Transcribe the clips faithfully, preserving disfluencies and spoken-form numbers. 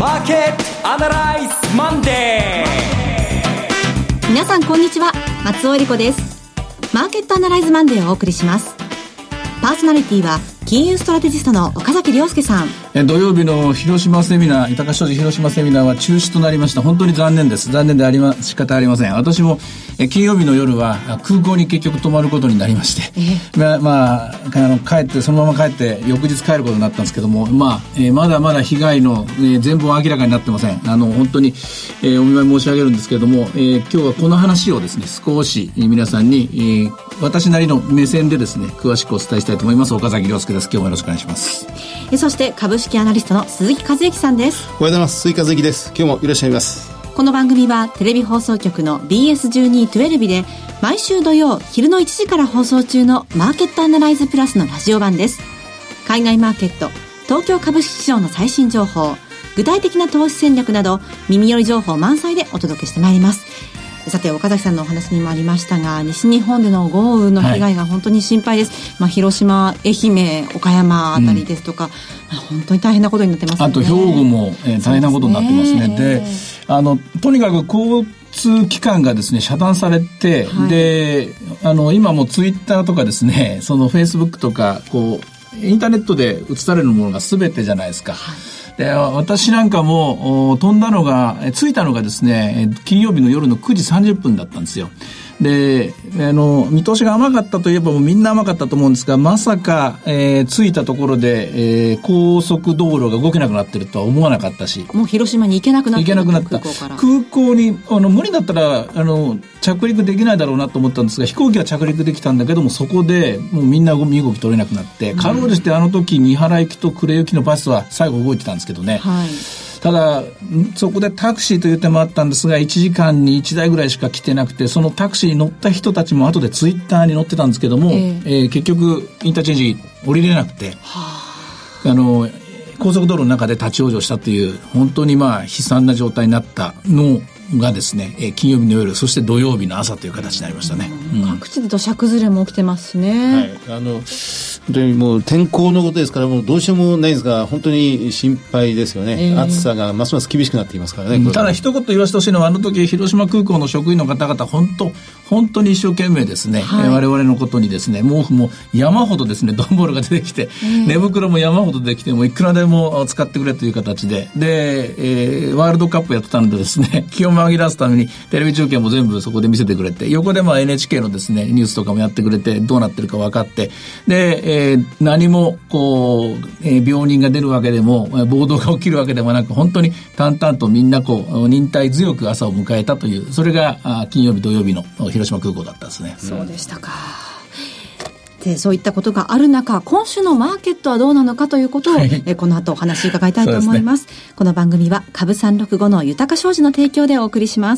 マーケットアナライズマンデー。 皆さんこんにちは、松尾恵理子です。マーケットアナライズマンデーをお送りします。パーソナリティは金融ストラテジストの岡崎亮介さん。 え土曜日の広島セミナー、豊か商事広島セミナーは中止となりました。本当に残念です。残念でありま仕方ありません。私もえ金曜日の夜は空港に結局泊まることになりまして、えまあ、まあ、あの帰ってそのまま帰って翌日帰ることになったんですけども、まあえー、まだまだ被害の、えー、全貌は明らかになってません。あの本当に、えー、お見舞い申し上げるんですけれども、えー、今日はこの話をですね少し皆さんに、えー、私なりの目線でですね詳しくお伝えしたいと思います。岡崎亮介です。今日もよろしくお願いします。 えそして株式アナリストの鈴木和之さんです。 おはようございます。鈴木和之です。今日もいらっしゃいます。 この番組はテレビ放送局の ビーエスじゅうにじゅうに で毎週土曜昼のいちじから放送中のマーケットアナライズプラスのラジオ版です。海外マーケット、東京株式市場の最新情報、具体的な投資戦略など耳寄り情報満載でお届けしてまいります。さて岡崎さんのお話にもありましたが、西日本での豪雨の被害が本当に心配です。はい、まあ、広島、愛媛、岡山あたりですとか、うん、本当に大変なことになってますね。 あと兵庫も、えー、大変なことになってますね。で、あのとにかく交通機関がですね遮断されて、はい、であの今もツイッターとかですね、そのフェイスブックとかこうインターネットで映されるものが全てじゃないですか。はい、で私なんかも飛んだのが着いたのがですね金曜日の夜のくじさんじゅっぷんだったんですよ。であの見通しが甘かったといえばもうみんな甘かったと思うんですが、まさか、えー、着いたところで、えー、高速道路が動けなくなってるとは思わなかったし、 もう広島に行けなくなってる。 行けなくなった。空港から空港にあの無理だったらあの着陸できないだろうなと思ったんですが、飛行機は着陸できたんだけども、そこでもうみんな身動き取れなくなって、うん、かろうじてあの時三原行きと呉行きのバスは最後動いてたんですけどね。はい、ただそこでタクシーという手もあったんですが、いちじかんにいちだいぐらいしか来てなくて、そのタクシーに乗った人たちも後でツイッターに載ってたんですけども、えーえー、結局インターチェンジ降りれなくて、はあ、あの高速道路の中で立ち往生したという本当にまあ悲惨な状態になったのがですね、えー、金曜日の夜、そして土曜日の朝という形になりましたね。 うん、各地で土砂崩れも起きてますしね。 はい、あの本当にもう天候のことですから、もうどうしようもないですが、本当に心配ですよね。えー、暑さがますます厳しくなっていますからね。うん、 ただ一言言わせてほしいのは、あの時広島空港の職員の方々本当本当に一生懸命ですね、はい、我々のことにですね、毛布も山ほどですね、段ボールが出てきて、えー、寝袋も山ほど出てきて、もういくらでも使ってくれという形で、で、えー、ワールドカップやってたのでですね、気を紛らわすためにテレビ中継も全部そこで見せてくれて、横でまあ エヌエイチケー のですねニュースとかもやってくれて、どうなってるか分かって、で、えー、何もこう、えー、病人が出るわけでも暴動が起きるわけでもなく、本当に淡々とみんなこう忍耐強く朝を迎えたという、それがあ金曜日土曜日の広島空港だったんですね。 そうでしたか。でそういったことがある中、今週のマーケットはどうなのかということを、はい、えこの後お話伺いたいと思います。すね、この番組は株さんろくごの豊か商事の提供でお送りします。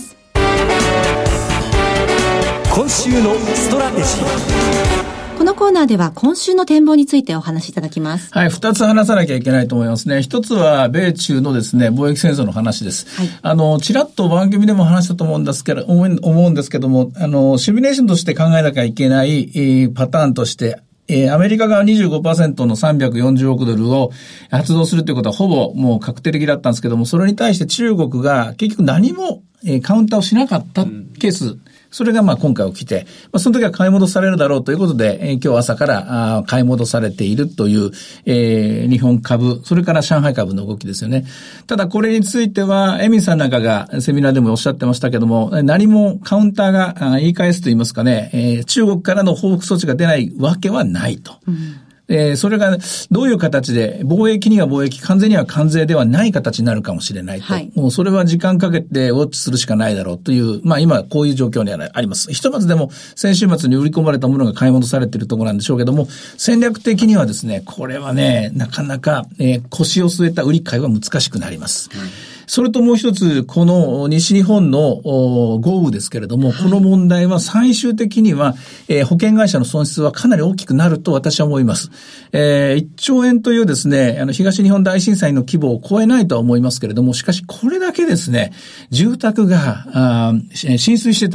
今週のストラテジー。 このコーナーでは今週の展望についてお話しいただきます。 はい、二つ話さなきゃいけないと思いますね。一つは米中のですね、貿易戦争の話です。はい、あの、ちらっと番組でも話したと思うんですけど、思うんですけども、あの、シミュレーションとして考えなきゃいけない、えー、パターンとして、えー、アメリカが にじゅうごパーセント のさんびゃくよんじゅうおくドルを発動するということはほぼもう確定的だったんですけども、それに対して中国が結局何も、えー、カウンターをしなかったケース、うん、それがまあ今回起きて、まあ、その時は買い戻されるだろうということで、えー、今日朝からあ買い戻されているという、えー、日本株、それから上海株の動きですよね。ただこれについては、エミンさんなんかがセミナーでもおっしゃってましたけども、何もカウンターが言い返すと言いますかね、えー、中国からの報復措置が出ないわけはないと。うん、えー、それがどういう形で、貿易には貿易、関税には関税ではない形になるかもしれないと。はい、もうそれは時間かけてウォッチするしかないだろうという、まあ今こういう状況にあります。ひとまずでも先週末に売り込まれたものが買い戻されているところなんでしょうけども、戦略的にはですね、これはね、なかなか、えー、腰を据えた売り買いは難しくなります。はい、それともう一つ、この西日本の豪雨ですけれども、はい、この問題は最終的には、えー、保険会社の損失はかなり大きくなると私は思います。えー、いっちょうえんというですね、あの東日本大震災の規模を超えないとは思いますけれども、しかしこれだけですね、住宅があ浸水してたり、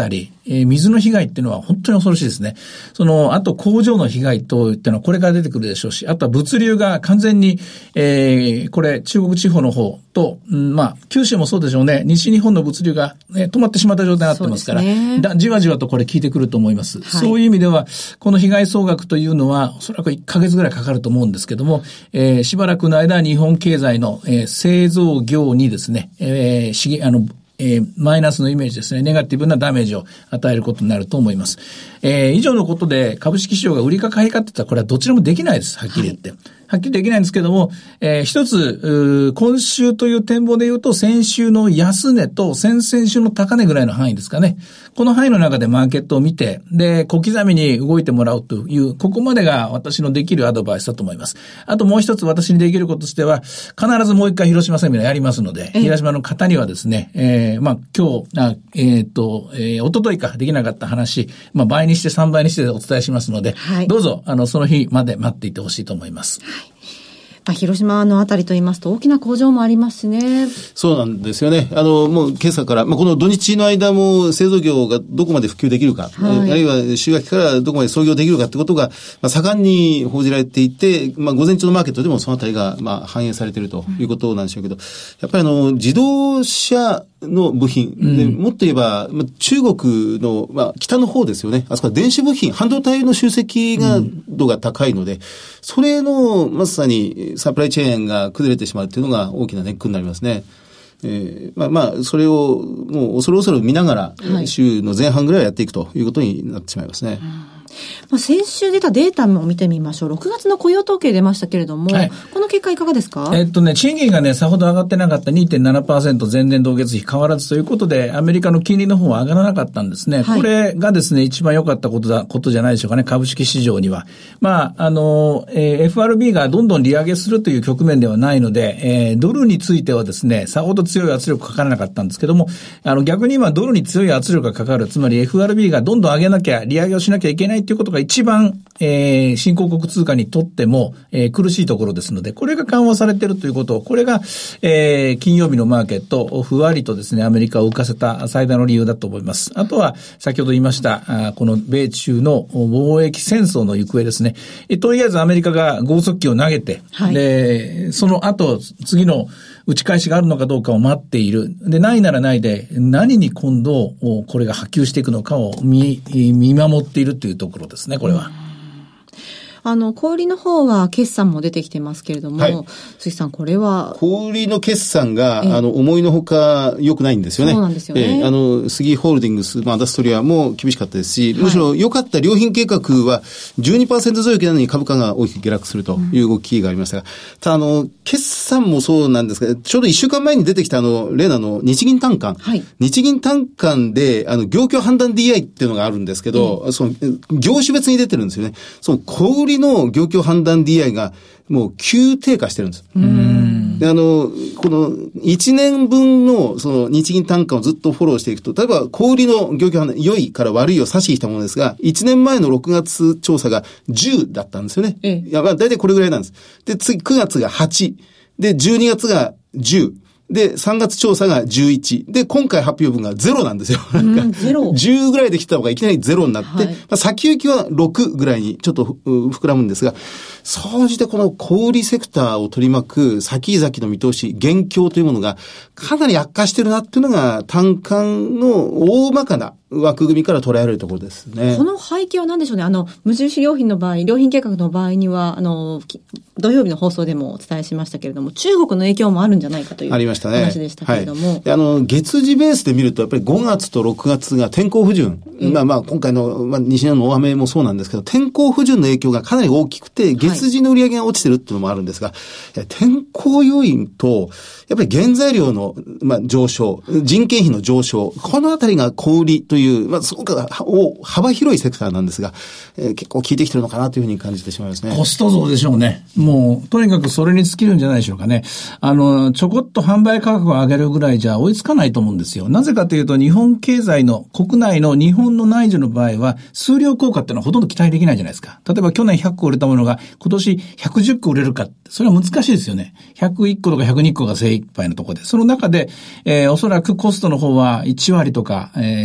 えー、水の被害っていうのは本当に恐ろしいですね。その、あと工場の被害等っていうのはこれから出てくるでしょうし、あとは物流が完全に、えー、これ中国地方の方と、うん、まあ、九州もそうでしょうね。西日本の物流が、ね、止まってしまった状態になってますから、ね、だじわじわとこれ効いてくると思います。はい、そういう意味では、この被害総額というのは、おそらくいっかげつぐらいかかると思うんですけども、えー、しばらくの間、日本経済の、えー、製造業にですね、えー、しげ、あの、えー、マイナスのイメージですね、ネガティブなダメージを与えることになると思います。えー、以上のことで株式市場が売りか買いかって言ったらこれはどちらもできないです、はっきり言って。はい、はっきりできないんですけども、えー、一つ、今週という展望で言うと、先週の安値と先々週の高値ぐらいの範囲ですかね。この範囲の中でマーケットを見て、で、小刻みに動いてもらうという、ここまでが私のできるアドバイスだと思います。あともう一つ私にできることとしては、必ずもう一回広島セミナーやりますので、広島の方にはですね、えー、まあ今日、あえっ、ー、と、えー、一昨日かできなかった話、まあ倍にしてさんばいにしてお伝えしますので、はい、どうぞ、あの、その日まで待っていてほしいと思います。はい、 まあ、広島のあたりと言いますと大きな工場もありますしね。 そうなんですよね。あの、もう今朝から、まあ、この土日の間も製造業がどこまで普及できるか、はい、あるいは週明けからどこまで操業できるかってことが、まあ、盛んに報じられていて、まあ、午前中のマーケットでもそのあたりが、まあ、反映されているということなんでしょうけど、やっぱりあの、自動車の部品、うん、でもっと言えば、まあ、中国の、まあ、北の方ですよね。あそこは電子部品、半導体の集積が、度が高いので、うん、それの、まさにサプライチェーンが崩れてしまうというのが大きなネックになりますね。えー、まあまあ、それをもう恐る恐る見ながら、はい、週の前半ぐらいはやっていくということになってしまいますね。うん、 まあ、先週出たデータも見てみましょう。ろくがつの雇用統計出ましたけれども、はい、この結果いかがですか？ えっとね、賃金がね、さほど上がってなかった にてんななパーセント 前年同月比変わらずということで、アメリカの金利の方は上がらなかったんですね。はい、これがですね、一番良かったことだ、ことじゃないでしょうかね、株式市場には。まあ、あの、えー、エフアールビー がどんどん利上げするという局面ではないので、えー、ドルについてはですね、さほど強い圧力かからなかったんですけども、あの、逆に今ドルに強い圧力がかかる、つまり エフアールビー がどんどん上げなきゃ、利上げをしなきゃいけないということが一番えー、新興国通貨にとっても、えー、苦しいところですので、これが緩和されているということ、これが、えー、金曜日のマーケットをふわりとですね、アメリカを浮かせた最大の理由だと思います。あとは、先ほど言いました、あこの米中の貿易戦争の行方ですね。えとりあえずアメリカが剛速機を投げて、はい、で、その後、次の打ち返しがあるのかどうかを待っている。で、ないならないで、何に今度、これが波及していくのかを見、見守っているというところですね、これは。 あの、小売りの方は決算も出てきてますけれども、はい、鈴木さん、これは小売りの決算が、あの、思いのほか良くないんですよね。 そうなんですよね。 えー、あの、スギーホールディングス、まあ、アダストリアも厳しかったですし、はい、むしろ良かった良品計画は じゅうにパーセント 増益なのに株価が大きく下落するという動きがありましたが、うん、ただ、あの、決算もそうなんですが、ちょうどいっしゅうかんまえに出てきたあの、例のあの、日銀短観。はい、日銀短観で、あの、業況判断 ディーアイ っていうのがあるんですけど、うん、その、業種別に出てるんですよね。その、小売りの業況判断 ディーアイ がもう急低下してるんです。うーんで、あの、このいちねんぶんのその日銀単価をずっとフォローしていくと、例えば小売りの業況判断、良いから悪いを差し引いたものですが、いちねんまえのろくがつ調査がじゅうだったんですよね。ええ、いや、まあ大体これぐらいなんです。で、次くがつがはち。で、じゅうにがつがじゅう。で、さんがつ調査がじゅういち。で、今回発表分がゼロなんですよ。なんか、ゼロ。じゅうぐらいで来たのがいきなりゼロになって、はい、まあ、先行きはろくぐらいにちょっと膨らむんですが、総じてこの小売セクターを取り巻く先々の見通し、現況というものがかなり悪化してるなっていうのが単観の大まかな枠組みから捉えられるところですね。 この背景は何でしょうね。あの、無印良品の場合、良品計画の場合には、あの、土曜日の放送でもお伝えしましたけれども、中国の影響もあるんじゃないかという話でしたけれども。 はい、あの、月次ベースで見ると、やっぱりごがつとろくがつが天候不順。まあまあ、今回の、まあ、西日本の大雨もそうなんですけど、天候不順の影響がかなり大きくて、月次の売り上げが落ちてるっていうのもあるんですが、はい、天候要因と、やっぱり原材料の、まあ、上昇、人件費の上昇、このあたりが小売りという、まあ、すごく幅広いセクターなんですが、えー、結構効いてきてるのかなというふうに感じてしまいますね。 コスト増でしょうね。もう、とにかくそれに尽きるんじゃないでしょうかね。あの、ちょこっと販売価格を上げるぐらいじゃ追いつかないと思うんですよ。なぜかというと、日本経済の、国内の日本の内需の場合は、数量効果っていうのはほとんど期待できないじゃないですか。例えば去年ひゃっこ売れたものが、今年ひゃくじゅっこ売れるか、それは難しいですよね。ひゃくいっことかひゃくにこが精一杯のところで。その中で、えー、おそらくコストの方はいちわりとか、えー、あの、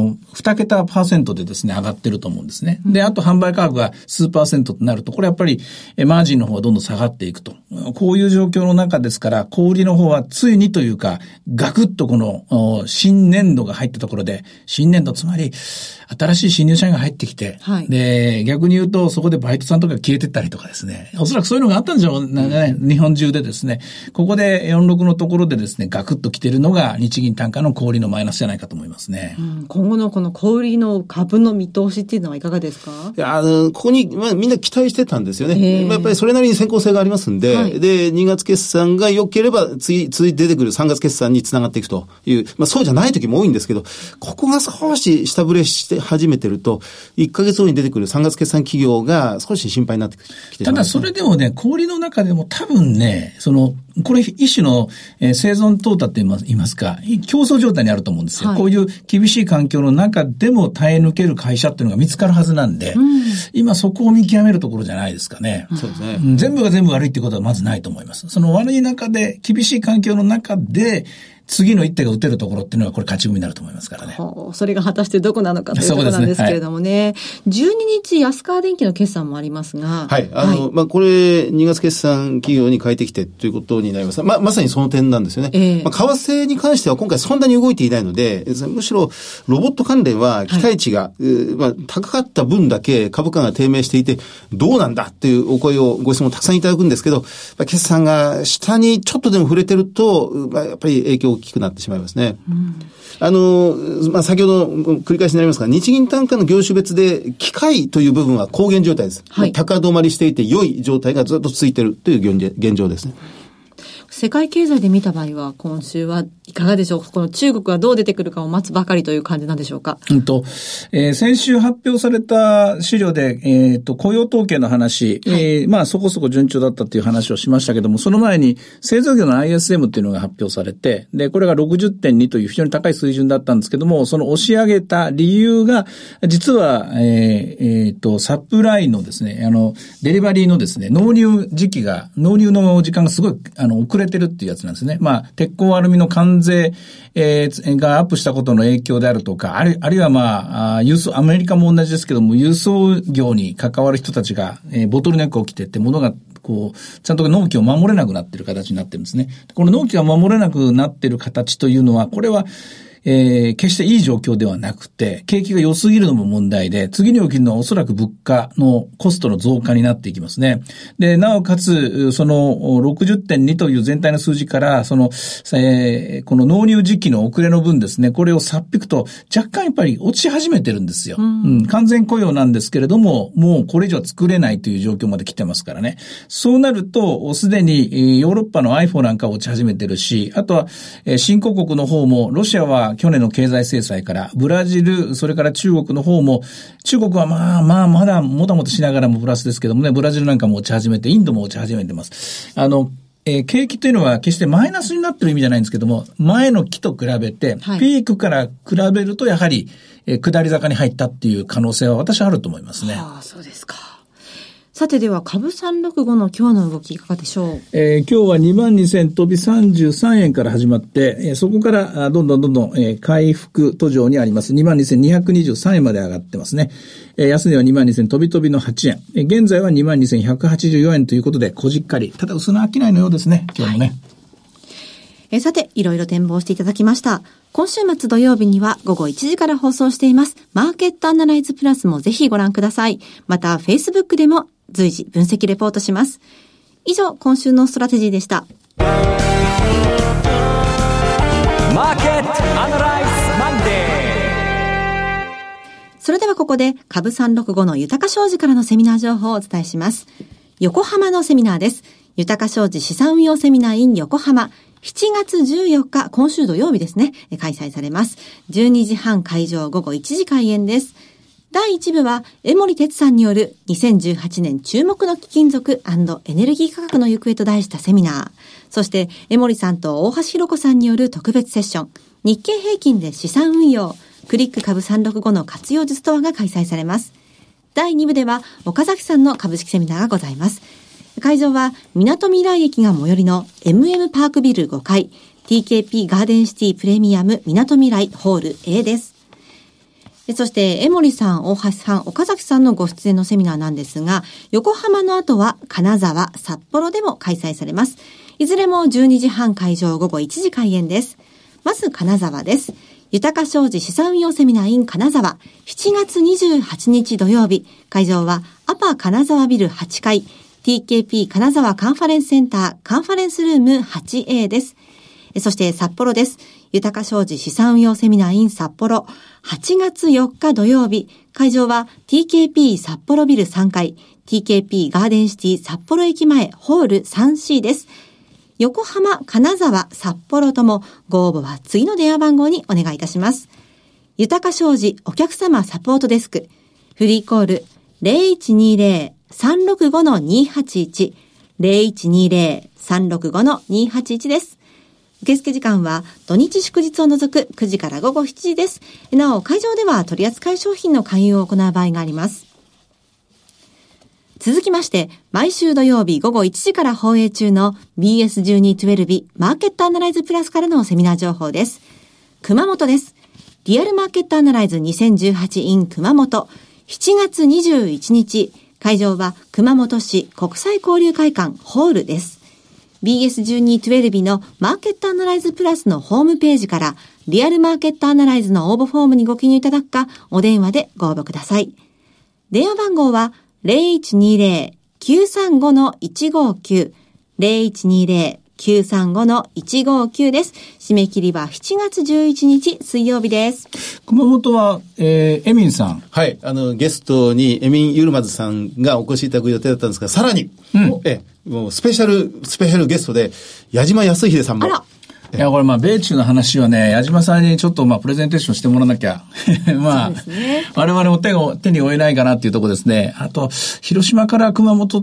の、に桁パーセントでですね、上がってると思うんですね。で、あと販売価格が数パーセントとなると、これやっぱり、マージンの方はどんどん下がっていくと。こういう状況の中ですから、小売りの方はついにというか、ガクッとこの、新年度が入ったところで、新年度つまり、新しい新入社員が入ってきて、はい、で、逆に言うと、そこでバイトさんとか消えてったりとかですね、おそらくそういうのがあったんでしょうね、うん、日本中でですね、ここでよんじゅうろくのところでですね、ガクッと来てるのが日銀単価の小売りのマイナスじゃないかと思いますね。 うん、今後のこの小売りの株の見通しっていうのはいかがですか？ いや、あの、ここに、まあ、みんな期待してたんですよね。やっぱりそれなりに先行性がありますんで、はい、で、にがつ決算が良ければ、次、次出てくるさんがつ決算につながっていくという、まあそうじゃない時も多いんですけど、ここが少し下振れして始めてると、いっかげつごに出てくるさんがつ決算企業が少し心配になってきてしまいますね。 ただそれでもね、小売りの中でも多分ね、その、これ一種の、えー、生存淘汰って言いますか、競争状態にあると思うんですよ、はい。こういう厳しい環境の中でも耐え抜ける会社っていうのが見つかるはずなんで、うん、今そこを見極めるところじゃないですかね。 そうですね。 全部が全部悪いってことはまずないと思います。その悪い中で、厳しい環境の中で、次の一手が打てるところっていうのはこれ勝ち組になると思いますからね。 それが果たしてどこなのかというところなんですけれどもね。はい、じゅうににち安川電機の決算もありますが。 はい。あの、はい、まあ、これにがつ決算企業に変えてきてということになります。ま、まさにその点なんですよね。えー、まあ、為替に関しては今回そんなに動いていないので、むしろロボット関連は期待値が、はい、まあ、高かった分だけ株価が低迷していて、どうなんだっていうお声をご質問たくさんいただくんですけど、まあ、決算が下にちょっとでも触れてると、まあ、やっぱり影響大きくなってしまいますね。うん、あの、まあ、先ほど繰り返しになりますが、日銀単価の業種別で機械という部分は高減状態です。はい、高止まりしていて良い状態がずっと続いているという現状ですね。 世界経済で見た場合は今週はいかがでしょうか。この中国がどう出てくるかを待つばかりという感じなんでしょうか。 うんと、えー、先週発表された資料で、えっと、雇用統計の話、はい、えー、まあそこそこ順調だったっていう話をしましたけども、その前に製造業の アイエスエム っていうのが発表されて、で、これが ろくじゅってんに という非常に高い水準だったんですけども、その押し上げた理由が、実は、えー、えっと、サプライのですね、あの、デリバリーのですね、納入時期が、納入の時間がすごい、あの、遅れてるっていうやつなんですね。まあ、鉄鋼アルミの関税、えー、がアップしたことの影響であるとか、ある、あるいはまあ、輸送、アメリカも同じですけども、輸送業に関わる人たちが、えー、ボトルネック起きてってものが、こう、ちゃんと納期を守れなくなっている形になってるんですね。この納期が守れなくなっている形というのは、これは、えー、決していい状況ではなくて、景気が良すぎるのも問題で、次に起きるのはおそらく物価のコストの増加になっていきますね。で、なおかつ、その ろくじゅってんに という全体の数字から、その、えー、この納入時期の遅れの分ですね、これを差っ引くと、若干やっぱり落ち始めてるんですよ。うん、うん、完全雇用なんですけれども、もうこれ以上作れないという状況まで来てますからね。そうなると、すでにヨーロッパの アイフォー なんか落ち始めてるし、あとは、新興国の方も、ロシアは去年の経済制裁から、ブラジル、それから中国の方も、中国はまあまあまだもたもたしながらもプラスですけどもね、ブラジルなんかも落ち始めて、インドも落ち始めてます。あの、えー、景気というのは決してマイナスになってる意味じゃないんですけども、前の期と比べて、はい、ピークから比べるとやはり、えー、下り坂に入ったっていう可能性は私はあると思いますね。 ああ、そうですか。さてでは株さんろくごの今日の動きいかがでしょう。 えー、今日は にまんにせん飛びさんじゅうさんえんから始まって、えー、そこからどんどんどんどん、えー、回復途上にあります にまんにせんにひゃくにじゅうさんえんまで上がってますね。えー、安値は にまんにせん飛び飛びのはちえん、えー、現在は にまんにせんひゃくはちじゅうよえんということで小じっかり、ただ薄な商いのようですね今日もね。はい、 えー、さていろいろ展望していただきました。今週末土曜日には午後いちじから放送していますマーケットアナライズプラスもぜひご覧ください。また Facebook でも随時分析レポートします。以上、今週のストラテジーでした。 マーケットアナライズマンデー。 それではここで株さんろくごの豊か商事からのセミナー情報をお伝えします。横浜のセミナーです。豊か商事資産運用セミナー in 横浜。しちがつじゅうよっか、今週土曜日ですね、開催されます。じゅうにじはん会場、午後いちじ開演です。だいいち部は、江森哲さんによるにせんじゅうはちねん注目の貴金属&エネルギー価格の行方と題したセミナー。そして、江森さんと大橋ひろ子さんによる特別セッション。日経平均で資産運用。クリック株さんろくごの活用術とはが開催されます。だいに部では、岡崎さんの株式セミナーがございます。会場は、港未来駅が最寄りの エムエム パークビルごかい、ティーケーピー ガーデンシティプレミアム港未来ホール A です。 そして、江森さん、大橋さん、岡崎さんのご出演のセミナーなんですが、横浜の後は金沢、札幌でも開催されます。いずれもじゅうにじはん会場、午後いちじ開演です。まず金沢です。豊商事資産運用セミナー in 金沢、しちがつにじゅうはちにち土曜日、会場はアパ金沢ビルはちかい、ティーケーピー 金沢カンファレンスセンター、カンファレンスルーム はちエー です。そして札幌です。豊商事資産運用セミナー in 札幌、はちがつよっか土曜日、会場は ティーケーピー 札幌ビルさんかい、ティーケーピー ガーデンシティ札幌駅前ホール スリーシー です。横浜、金沢、札幌ともご応募は次の電話番号にお願いいたします。豊商事お客様サポートデスク、フリーコール ゼロいちにゼロ さんろくご にはちいち、ゼロいちにゼロ さんろくご にはちいちです。受付時間は土日祝日を除くくじから午後しちじです。なお、会場では取扱い商品の勧誘を行う場合があります。続きまして、毎週土曜日午後いちじから放映中の ビーエスじゅうにじゅうに マーケットアナライズプラスからのセミナー情報です。熊本です。リアルマーケットアナライズにせんじゅうはち in 熊本、しちがつにじゅういちにち、会場は熊本市国際交流会館ホールです。ビーエスじゅうにじゅうに のマーケットアナライズプラスのホームページからリアルマーケットアナライズの応募フォームにご記入いただくか、お電話でご応募ください。電話番号はゼロいちにゼロ きゅうさんご いちごきゅう、ゼロいちにゼロ きゅうさんご いちごきゅうです。締め切りはしちがつじゅういちにち水曜日です。 熊本は、えー、エミンさん。 はい。あの、ゲストにエミン・ユルマズさんがお越しいただく予定だったんですが、さらに、うん、え、もうスペシャル、スペシャルゲストで、矢島康秀さんも。 あら。 いや、これまあ、米中の話はね、矢島さんにちょっとまあ、プレゼンテーションしてもらわなきゃ。まあ、ね、我々も手を、手に負えないかなっていうところですね。あと、広島から熊本って、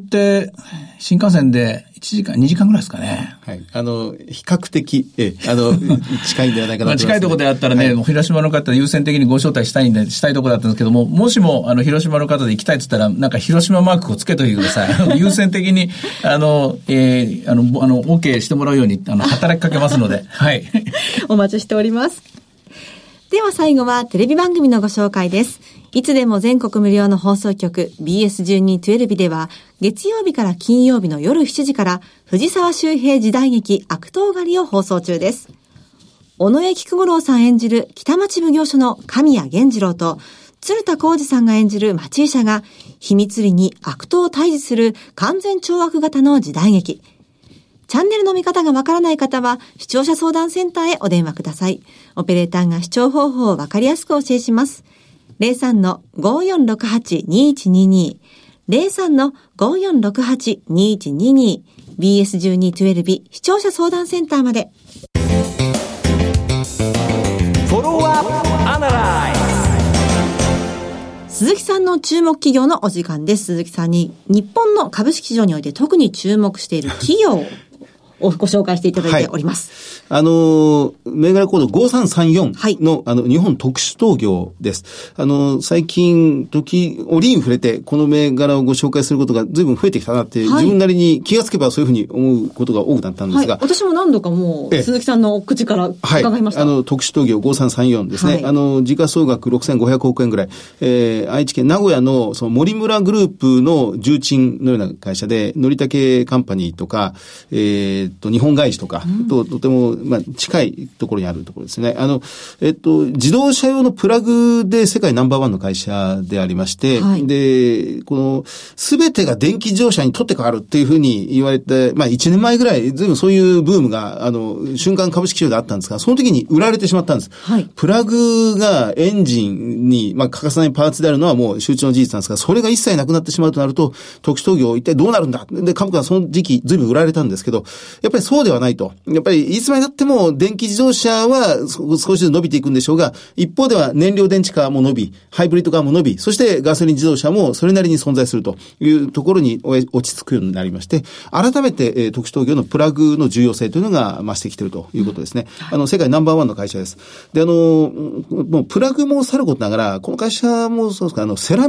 新幹線でいちじかん、にじかんぐらいですかね。 はい。あの、比較的、え、あの、近いんではないかなと思います、ね。まあ、近いところであったらね、はい、もう広島の方優先的にご招待したいんで、したいところだったんですけども、もしも、あの、広島の方で行きたいって言ったら、なんか広島マークをつけといてください。優先的に、あの、えー、あの、あの、OK してもらうように、あの、働きかけますので、はい。 お待ちしております。では最後はテレビ番組のご紹介です。いつでも全国無料の放送局 ビーエスじゅうにじゅうに では月曜日から金曜日の夜しちじから藤沢周平時代劇悪党狩りを放送中です。尾上菊五郎さん演じる北町奉行所の神谷源次郎と鶴田浩二さんが演じる町医者が秘密裏に悪党を退治する完全懲悪型の時代劇。チャンネルの見方がわからない方は視聴者相談センターへお電話ください。オペレーターが視聴方法をわかりやすくお教えします。ゼロさんのごよんろくはちにいちにに ゼロさんのごよんろくはちにいちにに ビーエスじゅうにじゅうに 視聴者相談センターまで。 フォローアップアナライズ。 鈴木さんの注目企業のお時間です。鈴木さんに日本の株式市場において特に注目している企業をご紹介していただいております。 はい、あの、銘柄コードごさんさんよんの、はい、あの、日本特殊陶業です。あの、最近、時折に触れて、この銘柄をご紹介することが随分増えてきたなって、はい、自分なりに気がつけばそういうふうに思うことが多くなったんですが。 はい、私も何度かもう、鈴木さんの口から伺いました。 はい、あの、特殊陶業ごさんさんよんですね。はい、あの、時価総額ろくせんごひゃくおくえんぐらい。えー、愛知県名古屋の、その森村グループの重鎮のような会社で、のりたけカンパニーとか、えー、と、日本外資とか、うん、と、とても、まあ、近いところにあるところですね。あの、えっと、自動車用のプラグで世界ナンバーワンの会社でありまして、はい、で、この、すべてが電気自動車に取って変わるっていうふうに言われて、まあ、いちねんまえぐらい、ずいぶんそういうブームが、あの、瞬間株式市場であったんですが、その時に売られてしまったんです。はい、プラグがエンジンに、まあ、欠かせないパーツであるのはもう周知の事実なんですが、それが一切なくなってしまうとなると、特殊陶業一体どうなるんだ。で、株価はその時期ずいぶん売られたんですけど、やっぱりそうではないと。やっぱりいつまで経っても電気自動車は少しずつ伸びていくんでしょうが、一方では燃料電池カーも伸び、ハイブリッドカーも伸び、そしてガソリン自動車もそれなりに存在するというところに落ち着くようになりまして、改めて、えー、特殊陶業のプラグの重要性というのが増してきているということですね。うん、あの、世界ナンバーワンの会社です。で、あの、もうプラグもさることながら、この会社もそうですか、あの、セラミック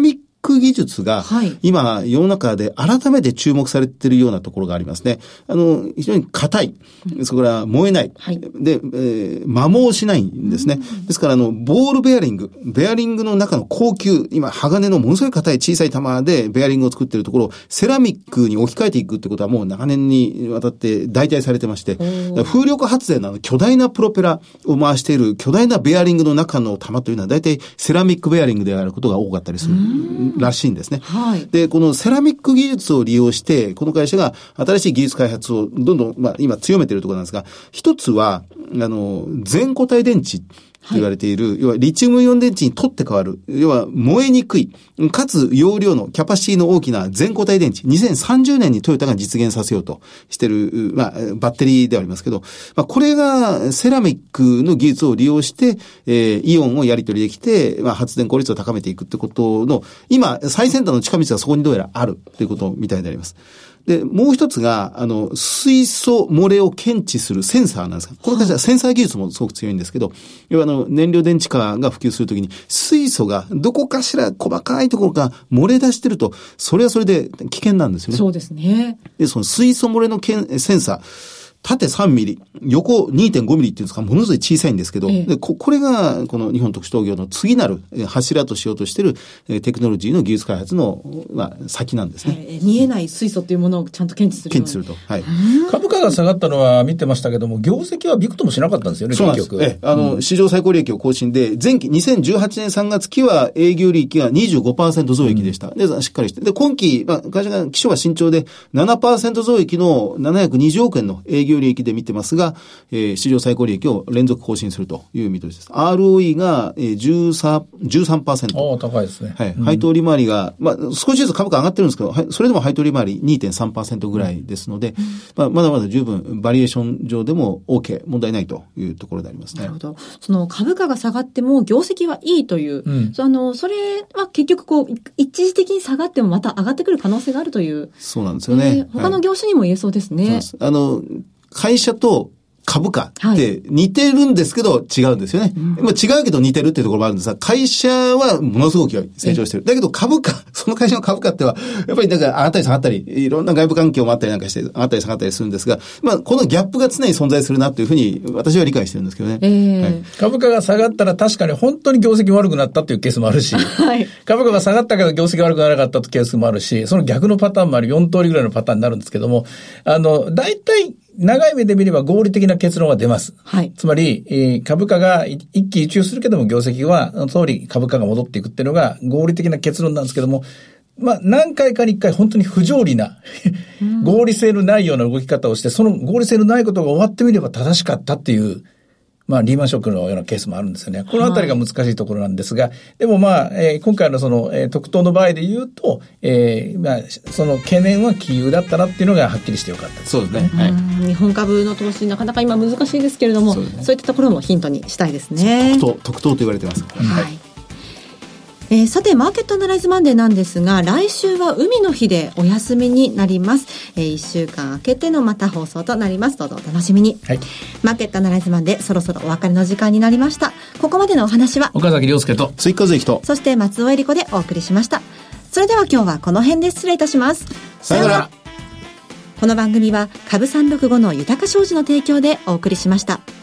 ク技術が、今、世の中で改めて注目されているようなところがありますね。あの、非常に硬い。それから燃えない。はい、で、えー、摩耗しないんですね。ですから、あの、ボールベアリング。ベアリングの中の高級、今、鋼のものすごい硬い小さい玉でベアリングを作っているところをセラミックに置き換えていくってことはもう長年にわたって代替されてまして、風力発電の巨大なプロペラを回している巨大なベアリングの中の玉というのは大体セラミックベアリングであることが多かったりするらしいんですね。はい、で、このセラミック技術を利用して、この会社が新しい技術開発をどんどん、まあ、今強めているところなんですが、一つは、あの、全固体電池。と言われている、はい、要はリチウムイオン電池に取って変わる、要は燃えにくい、かつ容量のキャパシティの大きな全固体電池、にせんさんじゅうねんにトヨタが実現させようとしている、まあ、バッテリーではありますけど、まあ、これがセラミックの技術を利用して、えー、イオンをやり取りできて、まあ、発電効率を高めていくってことの、今、最先端の近道はそこにどうやらあるということみたいであります。で、もう一つが、あの、水素漏れを検知するセンサーなんですが、この会社はセンサー技術もすごく強いんですけど、要はあの、燃料電池化が普及するときに、水素がどこかしら細かいところが漏れ出してると、それはそれで危険なんですよね。 そうですね。 で、その水素漏れのけんセンサー、縦さんミリ、横 にてんごミリっていうんですか、ものすごい小さいんですけど、ええ、でこ、これがこの日本特殊陶業の次なる柱としようとしているテクノロジーの技術開発の、まあ、先なんですね、 えー。見えない水素というものをちゃんと検知するように。 検知すると。はい。 株価が下がったのは見てましたけども、業績はびくともしなかったんですよね、 そうなんです。 結局。 ええ、あの、うん、史上最高利益を更新で、前期にせんじゅうはちねんさんがつ期は営業利益が にじゅうごパーセント 増益でした。うん、で、しっかりして。で、今期、まあ、会社が、期初は慎重で ななパーセント 増益のななひゃくにじゅうおくえんの営業利益で見てますが、えー、史上最高利益を連続更新するという見通しです。アールオーイー が、えー、じゅうさん、じゅうさんパーセント。 おー、高いですね。 はい。配当利回りが、まあ、少しずつ株価上がってるんですけど、はい、それでも配当利回り にてんさんパーセント ぐらいですので、うんまあ、まだまだ十分バリエーション上でも OK、問題ないというところでありますね。 なるほど。その株価が下がっても業績はいいという、うん、あの、それは結局こう、一時的に下がってもまた上がってくる可能性があるという。 そうなんですよね。 えー、他の業種にも言えそうですね。はい、そうです。 あの、会社と株価って似てるんですけど違うんですよね。はい、まあ違うけど似てるっていうところもあるんですが、会社はものすごく成長してる。だけど株価、その会社の株価っては、やっぱりだから上がったり下がったり、いろんな外部環境もあったりなんかして、上がったり下がったりするんですが、まあこのギャップが常に存在するなというふうに私は理解してるんですけどね。えーはい、 株価が下がったら確かに本当に業績悪くなったっていうケースもあるし、はい、株価が下がったけど業績悪くならなかったっていうケースもあるし、その逆のパターンもあるよん通りぐらいのパターンになるんですけども、あの、大体、長い目で見れば合理的な結論が出ます。はい。つまり、えー、株価が一喜一憂するけども業績は、その通り株価が戻っていくっていうのが合理的な結論なんですけども、まあ、何回かに一回本当に不条理な、合理性のないような動き方をして、その合理性のないことが終わってみれば正しかったっていう、まあ、リーマンショックのようなケースもあるんですよね。このあたりが難しいところなんですが、はい、でもまあ、えー、今回のその、えー、特等の場合で言うと、えー、まあ、その懸念は杞憂だったなっていうのがはっきりしてよかったです。 そうですね。はい。 日本株の投資なかなか今難しいですけれども、そうですね、そういったところもヒントにしたいですね。 特等、特等と言われてます。 はい。はい、えー、さてマーケットアナライズマンデーなんですが、来週は海の日でお休みになります。えー、いっしゅうかん空けてのまた放送となります。どうぞお楽しみに。はい、マーケットアナライズマンデー、そろそろお別れの時間になりました。ここまでのお話は岡崎亮介と追加税と、 そして松尾恵理子でお送りしました。それでは今日はこの辺で失礼いたします。 さよなら。 この番組は株さんろくごの豊か商事の提供でお送りしました。